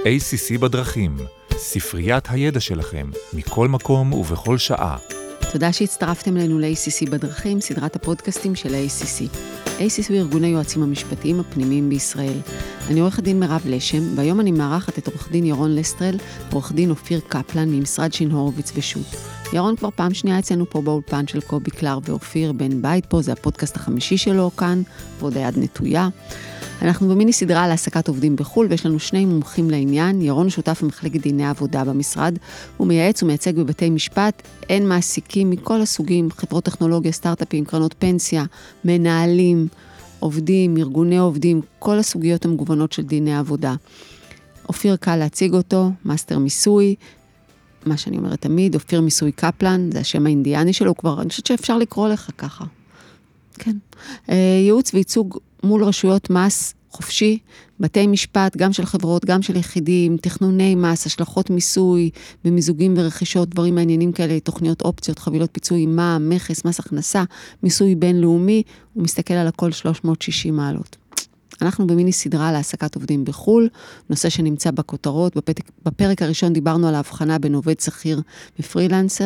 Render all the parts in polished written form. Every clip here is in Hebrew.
ACC בדרכים, ספריית הידע שלכם, מכל מקום ובכל שעה. תודה שהצטרפתם אלינו ל-ACC בדרכים, סדרת הפודקאסטים של ה-ACC. ACC הוא ארגון היועצים המשפטיים הפנימיים בישראל. אני עורכת דין מירב לשם, והיום אני מארחת את עורך דין ירון לסטרל, עורך דין אופיר קפלן ממשרד שין הורוביץ ושות'. ירון כבר פעם שנייה אצלנו פה באולפן של קובי קלר ואופיר בן בית פה, זה הפודקאסט החמישי שלו כאן, ועוד היד נטויה. אנחנו במיני סדרה על העסקת עובדים בחול, ויש לנו שני מומחים לעניין. ירון שותף במחלקת דיני עבודה במשרד, הוא מייעץ ומייצג בבתי משפט, אין מעסיקים מכל הסוגים, חברות טכנולוגיה, סטארט-אפים, קרנות פנסיה, מנהלים, עובדים, ארגוני עובדים, כל הסוגיות המגוונות של דיני עבודה. אופיר קל להציג אותו, מאסטר מיסוי, מה שאני אומרת תמיד, אופיר מיסוי קפלן, זה השם האינדיאני שלו, כבר אני חושבת שאפשר לקרוא לך ככה. כן. ייעוץ וייצוג מול רשויות מס חופשי, בתי משפט, גם של חברות, גם של יחידים, תכנוני מס, השלכות מיסוי, במיזוגים ורכישות, דברים מעניינים כאלה, תוכניות אופציות, חבילות פיצוי, מע"מ, מכס, מס הכנסה, מיסוי בינלאומי, הוא מסתכל על הכל 360 מעלות. אנחנו במיני סדרה על העסקת עובדים בחול, נושא שנמצא בכותרות, בפרק הראשון דיברנו על ההבחנה בין עובד שכיר ופרילנסר,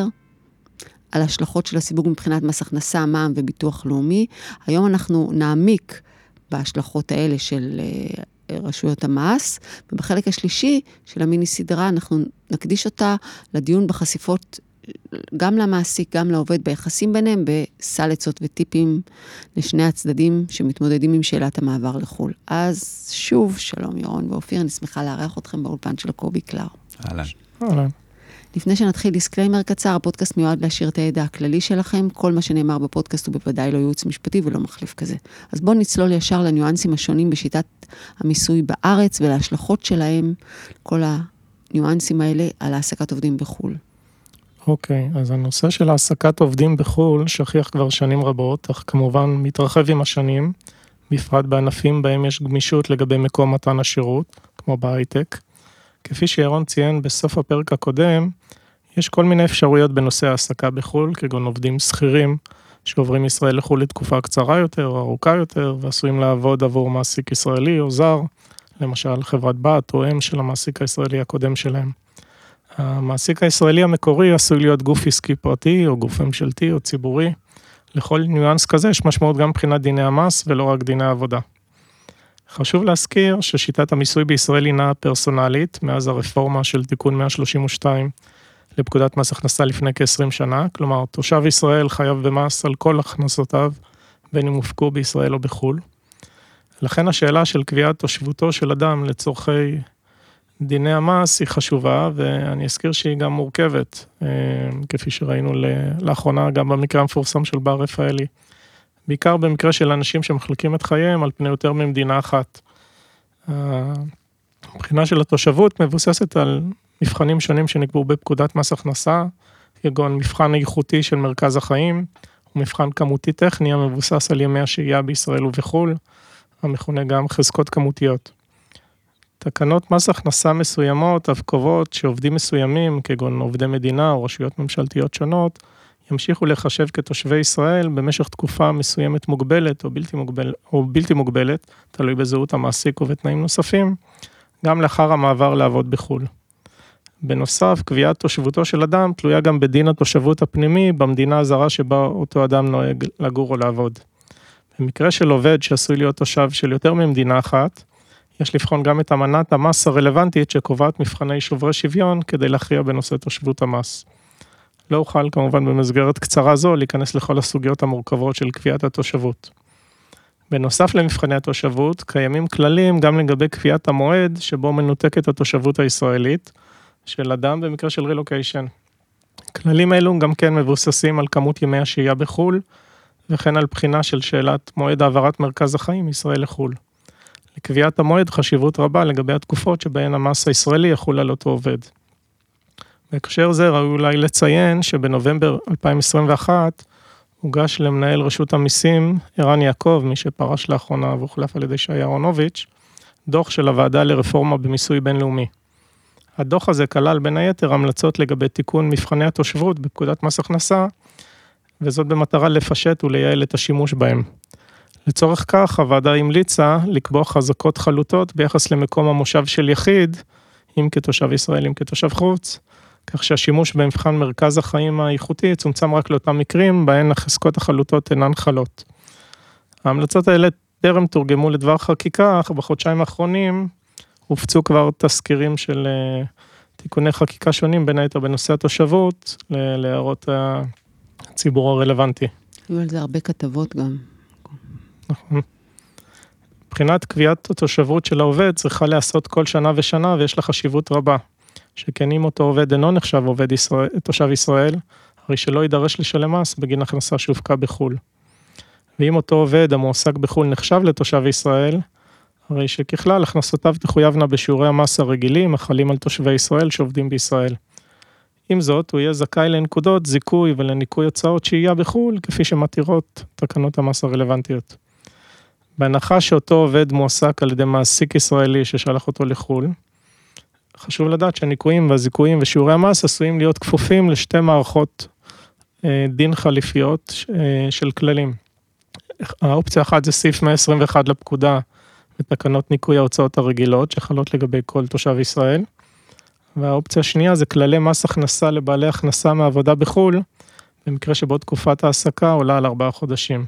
על השלכות של הסיווג מבחינת מס הכנסה, מע"מ וביטוח לאומי. היום אנחנו נעמיק בהשלכות האלה של רשויות המס, ובחלק השלישי של המיני סדרה אנחנו נקדיש אותה לדיון בחשיפות גם למעסיק, גם לעובד ביחסים ביניהם, בסל עצות וטיפים לשני הצדדים שמתמודדים עם שאלת המעבר לחול. אז שוב, שלום ירון ואופיר, אני שמחה לארח אתכם באולפן של קובי קלר. אהלן. אהלן. לפני שנתחיל דיסקליימר קצר, הפודקאסט מיועד להשאיר את הידע הכללי שלכם, כל מה שנאמר בפודקאסט הוא בוודאי לא ייעוץ משפטי ולא מחליף כזה. אז בואו נצלול ישר לניואנסים השונים בשיטת המיסוי בארץ ולהשלכות שלהם, כל הניואנסים האלה על העסקת עובדים בחול. אוקיי, אז הנושא של העסקת עובדים בחול שכיח כבר שנים רבות, אך כמובן מתרחב עם השנים, בפרט בענפים בהם יש גמישות לגבי מקום מתן השירות, כמו בהייטק. כפי שירון ציין בסוף הפרק הקודם, יש כל מיני אפשרויות בנושא העסקה בחול, כגון עובדים שכירים שעוברים ישראל לחול לתקופה קצרה יותר, ארוכה יותר, ועשויים לעבוד עבור מעסיק ישראלי או זר, למשל חברת בת או אם של המעסיק הישראלי הקודם שלהם. המעסיק הישראלי המקורי עשוי להיות גוף עסקי פרטי או גוף ממשלתי או ציבורי. לכל ניואנס כזה יש משמעות גם מבחינת דיני המס ולא רק דיני העבודה. חשוב להזכיר ששיטת המיסוי בישראל הינה פרסונלית, מאז הרפורמה של תיקון 132 לפקודת מס הכנסה לפני כ-20 שנה, כלומר תושב ישראל חייב במס על כל הכנסותיו, בין אם הופקו בישראל או בחול. לכן השאלה של קביעת תושבותו של אדם לצורכי דיני המס היא חשובה, ואני אזכיר שהיא גם מורכבת, כפי שראינו לאחרונה גם במקרה המפורסם של בר רפאלי. בעיקר במקרה של אנשים שמחלקים את חייהם על פני יותר ממדינה אחת. הבחינה של התושבות מבוססת על מבחנים שונים שנקבעו בפקודת מס הכנסה, כגון מבחן איכותי של מרכז החיים, ומבחן כמותי טכני המבוסס על ימי השהייה בישראל ובחול, המכונה גם חזקות כמותיות. תקנות מס הכנסה מסוימות אף קובעות שעובדים מסוימים, כגון עובדי מדינה או רשויות ממשלתיות שונות, ימשיכו לחשב כתושבי ישראל במשך תקופה מסוימת מוגבלת או בלתי מוגבלת, תלוי בזהות המעסיק ובתנאים נוספים, גם לאחר המעבר לעבוד בחול. בנוסף, קביעת תושבותו של אדם תלויה גם בדין התושבות הפנימי במדינה הזרה שבה אותו אדם נוהג לגור או לעבוד. במקרה של עובד שעשוי להיות תושב של יותר ממדינה אחת, יש לבחון גם את אמנת המס הרלוונטית שקובעת מבחני שוברי שוויון כדי להכריע בנושא תושבות המס. לא אוכל כמובן במסגרת קצרה זו להיכנס לכל הסוגיות המורכבות של קביעת התושבות. בנוסף למבחני התושבות, קיימים כללים גם לגבי קביעת המועד שבו מנותקת התושבות הישראלית של אדם במקרה של רילוקיישן. כללים אלו גם כן מבוססים על כמות ימי השהייה בחול, וכן על בחינה של שאלת מועד העברת מרכז החיים מישראל לחול. לקביעת המועד חשיבות רבה לגבי התקופות שבהן המס הישראלי יחול על אותו עובד. בהקשר זה ראוי אולי לציין שבנובמבר 2021 הוגש למנהל רשות המיסים, ערן יעקב, מי שפרש לאחרונה והוחלף על ידי שי אהרונוביץ', דוח של הוועדה לרפורמה במיסוי בינלאומי. הדוח הזה כלל בין היתר המלצות לגבי תיקון מבחני התושבות בפקודת מס הכנסה, וזאת במטרה לפשט ולייעל את השימוש בהם. לצורך כך, הוועדה המליצה לקבוע חזקות חלוטות ביחס למקום המושב של יחיד, אם כתושב ישראל, אם כתושב חוץ, כך שהשימוש במבחן מרכז החיים האיכותי צומצם רק לאותם מקרים, בהן החזקות החלוטות אינן חלות. ההמלצות האלה טרם תורגמו לדבר חקיקה, אך בחודשיים האחרונים הופצו כבר תזכירים של תיקוני חקיקה שונים, בין היתר בנושא התושבות, להערות הציבור הרלוונטי. היו על זה הרבה כתבות גם. נכון. מבחינת קביעת התושבות של העובד צריכה לעשות כל שנה ושנה, ויש לה חשיבות רבה. שכן אם אותו עובד אינו נחשב עובד ישראל, תושב ישראל, הרי שלא יידרש לשלם מס בגין הכנסה שהופקה בחול. ואם אותו עובד המועסק בחול נחשב לתושב ישראל, הרי שככלל הכנסותיו תחויבנה בשיעורי המס הרגילים החלים על תושבי ישראל שעובדים בישראל. עם זאת, הוא יהיה זכאי לנקודות זיכוי ולניקוי הוצאות שהייה בחול, כפי שמתירות תקנות המס הרלוונטיות. בהנחה שאותו עובד מועסק על ידי מעסיק ישראלי ששלח אותו לחול, חשוב לדעת שהניקויים והזיכויים ושיעורי המס עשויים להיות כפופים לשתי מערכות דין חליפיות של כללים. האופציה אחת זה סעיף 121 לפקודה ותקנות ניקוי ההוצאות הרגילות שחלות לגבי כל תושב ישראל. והאופציה השנייה זה כללי מס הכנסה לבעלי הכנסה מעבודה בחול, במקרה שבו תקופת העסקה עולה על 4 חודשים.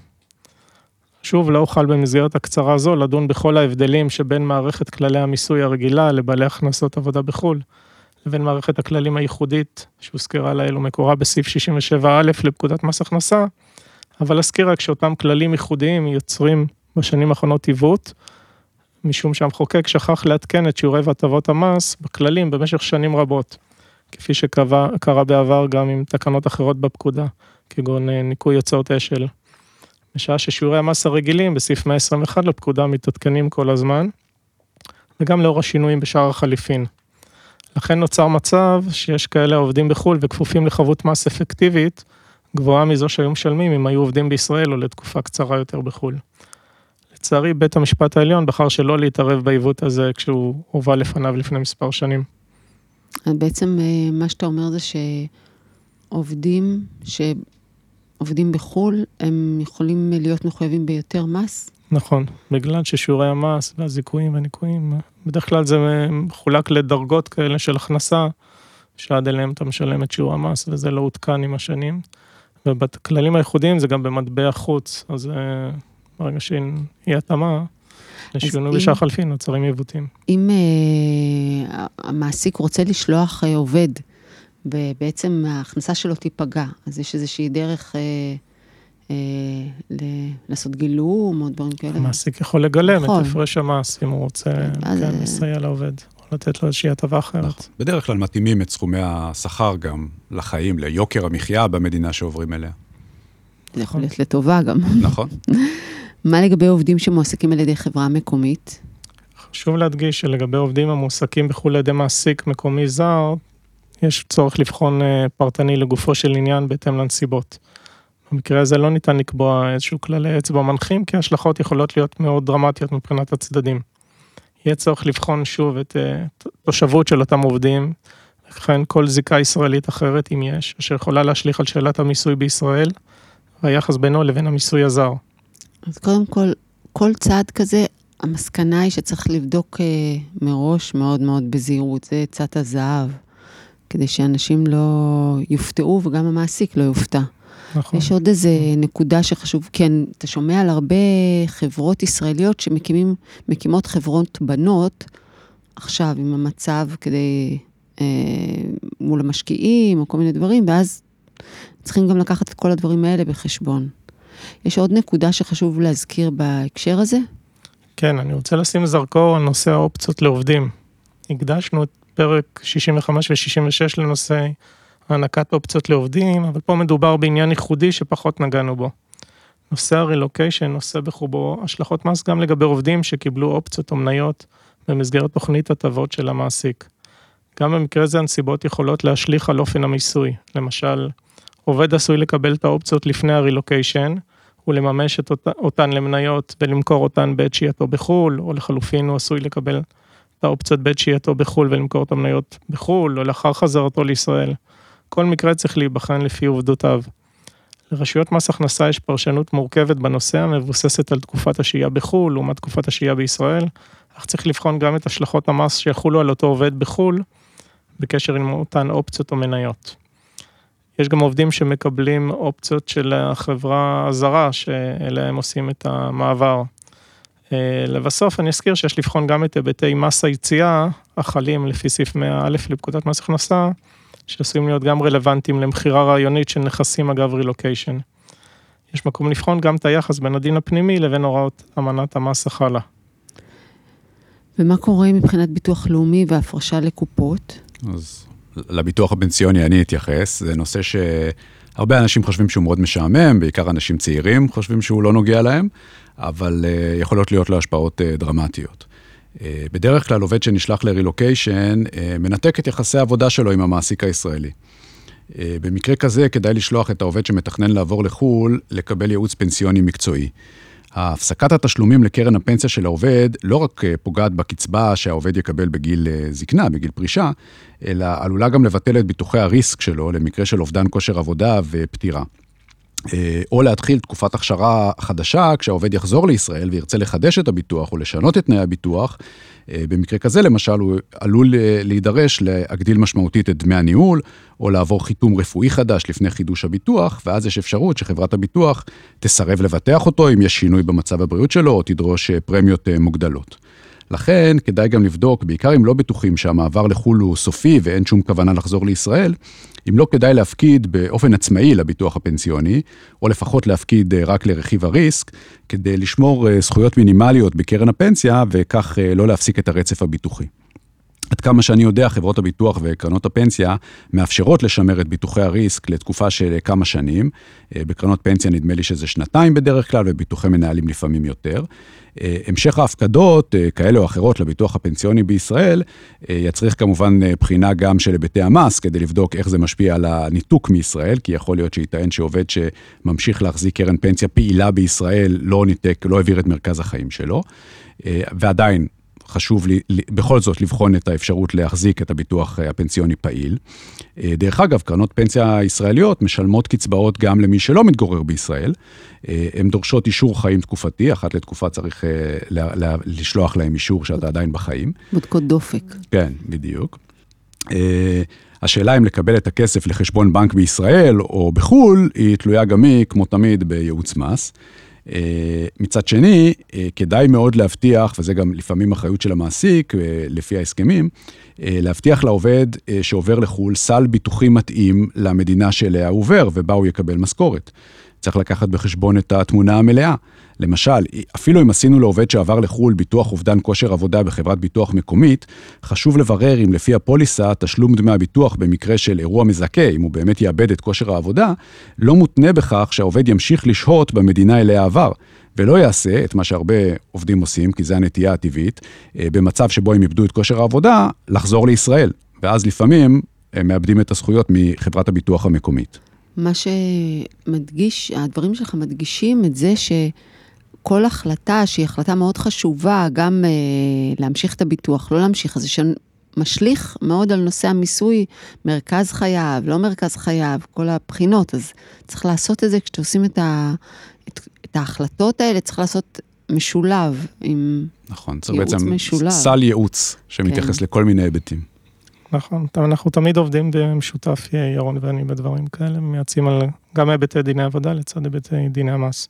שוב, לא אוכל במסגרת הקצרה זו לדון בכל ההבדלים שבין מערכת כללי המיסוי הרגילה לבעלי הכנסות עבודה בחול, לבין מערכת הכללים הייחודית שהוזכרה לעיל ומקורה בסעיף 67א לפקודת מס הכנסה, אבל אזכיר רק שאותם כללים ייחודיים יוצרים בשנים האחרונות עיוות, משום שהמחוקק שכח לעדכן את שיעורי והטבות המס בכללים במשך שנים רבות, כפי שקרה בעבר גם עם תקנות אחרות בפקודה, כגון ניקוי הוצאות אשל. בשעה ששיעורי המס הרגילים בסעיף 121 לפקודה מתעדכנים כל הזמן, וגם לאור השינויים בשער החליפין. לכן נוצר מצב שיש כאלה עובדים בחול וכפופים לחבות מס אפקטיבית, גבוהה מזו שהיו משלמים אם היו עובדים בישראל או לתקופה קצרה יותר בחול. לצערי, בית המשפט העליון בחר שלא להתערב בעיוות הזה כשהוא הובא לפניו לפני מספר שנים. בעצם מה שאתה אומר זה שעובדים בחול, הם יכולים להיות מחויבים ביותר מס? נכון, בגלל ששיעורי המס והזיכויים והניקויים, בדרך כלל זה מחולק לדרגות כאלה של הכנסה, שעד אליהם אתה משלם את שיעור המס, וזה לא עודכן עם השנים. ובכללים הייחודיים זה גם במטבע חוץ, אז ברגע שהיא התאמה, לשינוי בשער חליפין, נוצרים עיוותים. אם המעסיק רוצה לשלוח עובד, ובעצם ההכנסה שלו תיפגע, אז יש איזושהי דרך לעשות גילום או דברים כאלה. המעסיק יכול לגלם את הפרש המס, אם הוא רוצה לסייע לעובד, או לתת לו איזושהי הטבה אחרת. בדרך כלל מתאימים את סכומי השכר גם לחיים, ליוקר המחיה במדינה שעוברים אליה. זה יכול להיות לטובה גם. נכון. מה לגבי עובדים שמועסקים על ידי חברה מקומית? חשוב להדגיש שלגבי עובדים המועסקים בחו"ל על ידי מעסיק מקומי זר, יש צורך לבחון פרטני לגופו של עניין בהתאם לנסיבות. במקרה הזה לא ניתן לקבוע איזשהו כללי אצבע מנחים, כי ההשלכות יכולות להיות מאוד דרמטיות מבחינת הצדדים. יהיה צורך לבחון שוב את תושבות של אותם עובדים, וכן כל זיקה ישראלית אחרת אם יש, אשר יכולה להשליך על שאלת המיסוי בישראל, והיחס בינו לבין המיסוי הזר. אז קודם כל צעד כזה, המסקנה היא שצריך לבדוק מראש מאוד מאוד בזהירות, זה צעת הזהב, כדי שאנשים לא יופתעו וגם המעסיק לא יופתע. נכון. יש עוד איזה נקודה שחשוב, כן, אתה שומע על הרבה חברות ישראליות שמקימות חברות בנות, עכשיו עם המצב כדי מול המשקיעים או כל מיני דברים, ואז צריכים גם לקחת את כל הדברים האלה בחשבון. יש עוד נקודה שחשוב להזכיר בהקשר הזה? כן, אני רוצה לשים זרקור על נושא האופציות לעובדים. הקדשנו את פרק 65 ו-66 לנושא הענקת אופציות לעובדים, אבל פה מדובר בעניין ייחודי שפחות נגענו בו. נושא הרילוקיישן נושא בחובו השלכות מס גם לגבי עובדים שקיבלו אופציות או מניות במסגרת תוכנית הטבות של המעסיק. גם במקרה זה הנסיבות יכולות להשליך על אופן המיסוי. למשל, עובד עשוי לקבל את האופציות לפני הרילוקיישן, ולממש אותן למניות ולמכור אותן בעת שהייתו בחול, או לחלופין הוא עשוי לקבל את האופציות בעת שהייתו בחול ולמכור את המניות בחול, או לאחר חזרתו לישראל. כל מקרה צריך להיבחן לפי עובדותיו. לרשויות מס הכנסה יש פרשנות מורכבת בנושא, המבוססת על תקופת השהייה בחול, לעומת תקופת השהייה בישראל, אך צריך לבחון גם את השלכות המס שיחולו על אותו עובד בחול, בקשר עם אותן אופציות או מניות. יש גם עובדים שמקבלים אופציות של החברה הזרה, שאליהם עושים את המעבר. לבסוף אני אזכיר שיש לבחון גם את היבטי מס היציאה, החלים לפי סעיף 100א לפקודת מס הכנסה, שעשויים להיות גם רלוונטיים למחירה רעיונית של נכסים אגב רילוקיישן. יש מקום לבחון גם את היחס בין הדין הפנימי לבין הוראות אמנת המס החלה. ומה קורה מבחינת ביטוח לאומי והפרשה לקופות? אז לביטוח הפנסיוני אני אתייחס, זה נושא שהרבה אנשים חושבים שהוא מאוד משעמם, בעיקר אנשים צעירים חושבים שהוא לא נוגע להם, אבל יכולות להיות לו השפעות דרמטיות. בדרך כלל עובד שנשלח לרילוקיישן מנתק את יחסי העבודה שלו עם המעסיק הישראלי. במקרה כזה כדאי לשלוח את העובד שמתכנן לעבור לחול לקבל ייעוץ פנסיוני מקצועי. הפסקת התשלומים לקרן הפנסיה של העובד לא רק פוגעת בקצבה שהעובד יקבל בגיל זקנה, בגיל פרישה, אלא עלולה גם לבטל את ביטוחי הריסק שלו למקרה של אובדן כושר עבודה ופטירה. או להתחיל תקופת הכשרה חדשה, כשהעובד יחזור לישראל וירצה לחדש את הביטוח או לשנות את תנאי הביטוח, במקרה כזה למשל הוא עלול להידרש להגדיל משמעותית את דמי הניהול, או לעבור חיתום רפואי חדש לפני חידוש הביטוח, ואז יש אפשרות שחברת הביטוח תסרב לבטח אותו אם יש שינוי במצב הבריאות שלו, או תדרוש פרמיות מוגדלות. לכן כדאי גם לבדוק, בעיקר אם לא בטוחים שהמעבר לחול הוא סופי ואין שום כוונה לחזור לישראל, אם לא כדאי להפקיד באופן עצמאי לביטוח הפנסיוני, או לפחות להפקיד רק לרכיב הריסק, כדי לשמור זכויות מינימליות בקרן הפנסיה, וכך לא להפסיק את הרצף הביטוחי. עד כמה שאני יודע, חברות הביטוח וקרנות הפנסיה מאפשרות לשמר את ביטוחי הריסק לתקופה של כמה שנים. בקרנות פנסיה נדמה לי שזה 2 בדרך כלל, וביטוחי מנהלים לפעמים יותר. המשך ההפקדות, כאלה או אחרות לביטוח הפנסיוני בישראל, יצריך כמובן בחינה גם של היבטי המס, כדי לבדוק איך זה משפיע על הניתוק מישראל, כי יכול להיות שיטען שעובד שממשיך להחזיק קרן פנסיה פעילה בישראל, לא ניתק, לא העביר את מרכז החיים שלו, ועדיין, חשוב לי בכל זאת לבחון את האפשרות להחזיק את הביטוח הפנסיוני פעיל. דרך אגב, קרנות פנסיה ישראליות משלמות קצבאות גם למי שלא מתגורר בישראל. הן דורשות אישור חיים תקופתי, אחת לתקופה צריך לשלוח להם אישור שאתה עדיין בחיים. בודקות דופק. כן, בדיוק. השאלה אם לקבל את הכסף לחשבון בנק בישראל או בחול, היא תלויה גם היא, כמו תמיד, בייעוץ מס. מצד שני, כדאי מאוד להבטיח, וזה גם לפעמים אחריות של המעסיק, לפי ההסכמים, להבטיח לעובד שעובר לחול סל ביטוחי מתאים למדינה שאליה הוא עובר, ובה הוא יקבל משכורת. צריך לקחת בחשבון את התמונה המלאה. למשל, אפילו אם עשינו לעובד שעבר לחול ביטוח אובדן כושר עבודה בחברת ביטוח מקומית, חשוב לברר אם לפי הפוליסה, תשלום דמי הביטוח במקרה של אירוע מזכה, אם הוא באמת יאבד את כושר העבודה, לא מותנה בכך שהעובד ימשיך לשהות במדינה אליה עבר, ולא יעשה את מה שהרבה עובדים עושים, כי זה הנטייה הטבעית, במצב שבו הם יאבדו את כושר העבודה, לחזור לישראל. ואז לפעמים הם מאבדים את הזכויות מחברת הביטוח המקומית. מה שמדגיש, הדברים שלך מדגישים את זה שכל החלטה שהיא החלטה מאוד חשובה, גם להמשיך את הביטוח, לא להמשיך, אז זה משליך מאוד על נושא המיסוי, מרכז חייו, לא מרכז חייו, כל הבחינות, אז צריך לעשות את זה, כשאתם עושים את ההחלטות האלה, צריך לעשות משולב עם נכון, צריך ייעוץ בעצם משולב. סל ייעוץ שמתייחס לכל מיני היבטים. נכון, אנחנו תמיד עובדים במשותף, ירון ואני בדברים כאלה, מייעצים על גם היבטי דיני עבודה לצד היבטי דיני המס.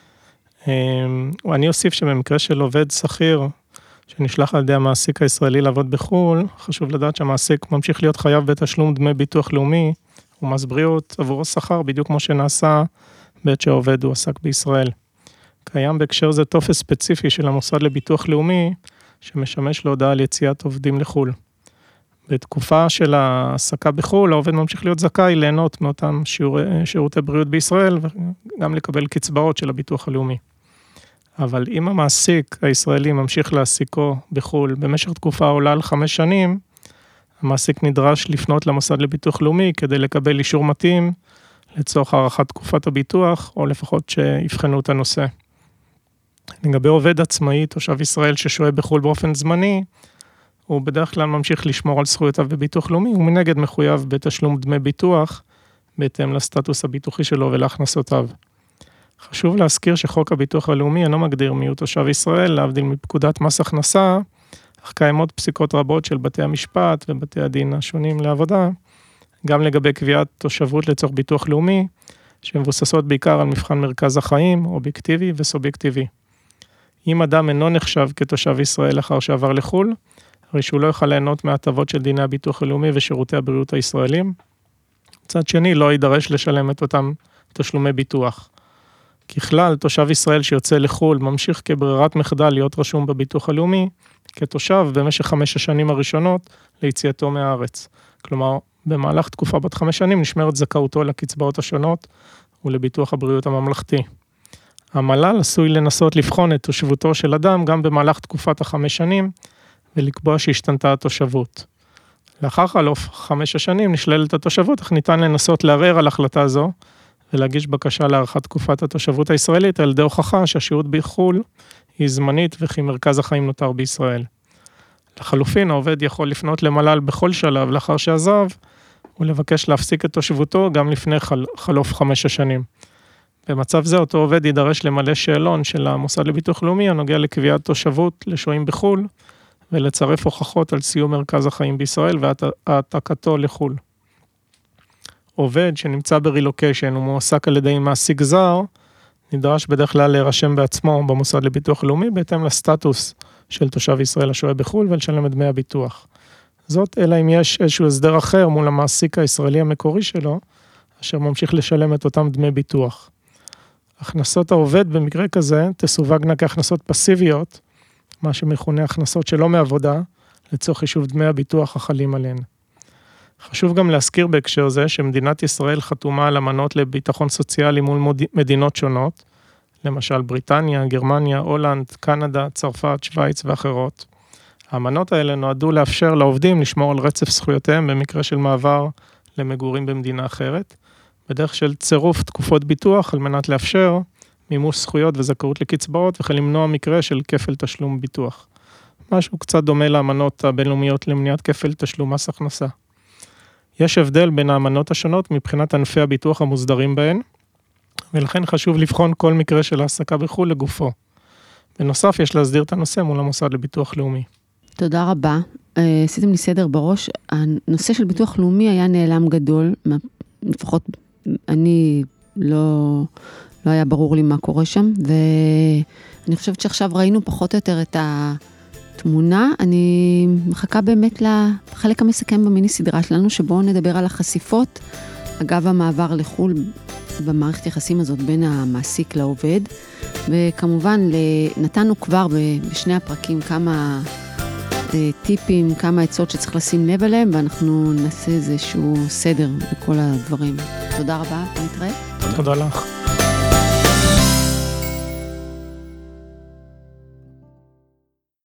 ואני אוסיף שבמקרה של עובד שכיר, שנשלח על ידי המעסיק הישראלי לעבוד בחו"ל, חשוב לדעת שהמעסיק ממשיך להיות חייב בתשלום דמי ביטוח לאומי, ומס בריאות עבור השכר, בדיוק כמו שנעשה בעת שהעובד הוא עסק בישראל. קיים בהקשר זה טופס ספציפי של המוסד לביטוח לאומי, שמשמש להודעה על יציאת עובדים לחו"ל. בתקופה של העסקה בחו"ל, העובד ממשיך להיות זכאי ליהנות מאותם שירותי בריאות בישראל, וגם לקבל קצבאות של הביטוח הלאומי. אבל אם המעסיק הישראלי ממשיך להעסיקו בחו"ל במשך תקופה עולה על 5 שנים, המעסיק נדרש לפנות למוסד לביטוח לאומי כדי לקבל אישור מתאים לצורך הארכת תקופת הביטוח, או לפחות שיבחנו את הנושא. לגבי עובד עצמאי, תושב ישראל ששוהה בחו"ל באופן זמני, הוא בדרך כלל ממשיך לשמור על זכויותיו בביטוח לאומי, ומנגד מחויב בתשלום דמי ביטוח, בהתאם לסטטוס הביטוחי שלו ולהכנסותיו. חשוב להזכיר שחוק הביטוח הלאומי אינו מגדיר מיהו תושב ישראל, להבדיל מפקודת מס הכנסה, אך קיימות פסיקות רבות של בתי המשפט ובתי הדין השונים לעבודה, גם לגבי קביעת תושבות לצורך ביטוח לאומי, שמבוססות בעיקר על מבחן מרכז החיים, אובייקטיבי וסובייקטיבי. אם אדם אינו נחשב כתושב ישראל אחר שעבר לחו"ל, הרי שהוא לא יוכל ליהנות מההטבות של דיני הביטוח הלאומי ושירותי הבריאות הישראלים. מצד שני, לא יידרש לשלם את אותם תשלומי ביטוח. ככלל, תושב ישראל שיוצא לחו"ל ממשיך כברירת מחדל להיות רשום בביטוח הלאומי, כתושב במשך 5 השנים הראשונות ליציאתו מהארץ. כלומר, במהלך תקופה בת 5 שנים נשמרת זכאותו לקצבאות השונות ולביטוח הבריאות הממלכתי. המל"ל עשוי לנסות לבחון את תושבותו של אדם גם במהלך תקופת 5 שנים, ולקבוע שהשתנתה התושבות. לאחר חלוף 5 השנים נשללת התושבות, אך ניתן לנסות לערער על החלטה זו, ולהגיש בקשה להארכת תקופת התושבות הישראלית על ידי הוכחה שהשהות בחו"ל היא זמנית וכי מרכז החיים נותר בישראל. לחלופין, העובד יכול לפנות למל"ל בכל שלב לאחר שעזב, ולבקש להפסיק את תושבותו גם לפני חלוף 5 השנים. במצב זה אותו עובד יידרש למלא שאלון של המוסד לביטוח לאומי הנוגע לקביעת תושבות לשוהים בחו"ל, ולצרף הוכחות על סיום מרכז החיים בישראל והעתקתו לחו"ל. עובד שנמצא ברילוקיישן ומועסק על ידי מעסיק זר, נדרש בדרך כלל להירשם בעצמו במוסד לביטוח לאומי, בהתאם לסטטוס של תושב ישראל השוהה בחו"ל ולשלם את דמי הביטוח. זאת אלא אם יש איזשהו הסדר אחר מול המעסיק הישראלי המקורי שלו, אשר ממשיך לשלם את אותם דמי ביטוח. הכנסות העובד במקרה כזה תסווגנה כהכנסות פסיביות, מה שמכונה הכנסות שלא מעבודה, לצורך חישוב דמי הביטוח החלים עליהן. חשוב גם להזכיר בהקשר זה שמדינת ישראל חתומה על אמנות לביטחון סוציאלי מול מדינות שונות, למשל בריטניה, גרמניה, הולנד, קנדה, צרפת, שוויץ ואחרות. האמנות האלה נועדו לאפשר לעובדים לשמור על רצף זכויותיהם במקרה של מעבר למגורים במדינה אחרת, בדרך של צירוף תקופות ביטוח על מנת לאפשר מימוש זכויות וזכאות לקצבאות וכן למנוע מקרה של כפל תשלום ביטוח. משהו קצת דומה לאמנות הבינלאומיות למניעת כפל תשלום מס הכנסה. יש הבדל בין האמנות השונות מבחינת ענפי הביטוח המוסדרים בהן, ולכן חשוב לבחון כל מקרה של העסקה בחו"ל לגופו. בנוסף, יש להסדיר את הנושא מול המוסד לביטוח לאומי. תודה רבה. עשיתם לי סדר בראש. הנושא של ביטוח לאומי היה נעלם גדול, לפחות אני לא היה ברור לי מה קורה שם, ואני חושבת שעכשיו ראינו פחות או יותר את התמונה. אני מחכה באמת לחלק המסכם במיני סדרה שלנו, שבו נדבר על החשיפות, אגב המעבר לחו"ל במערכת יחסים הזאת בין המעסיק לעובד, וכמובן נתנו כבר בשני הפרקים כמה טיפים, כמה עצות שצריך לשים לב עליהם, ואנחנו נעשה איזשהו סדר בכל הדברים. תודה רבה, נתראה. תודה לך.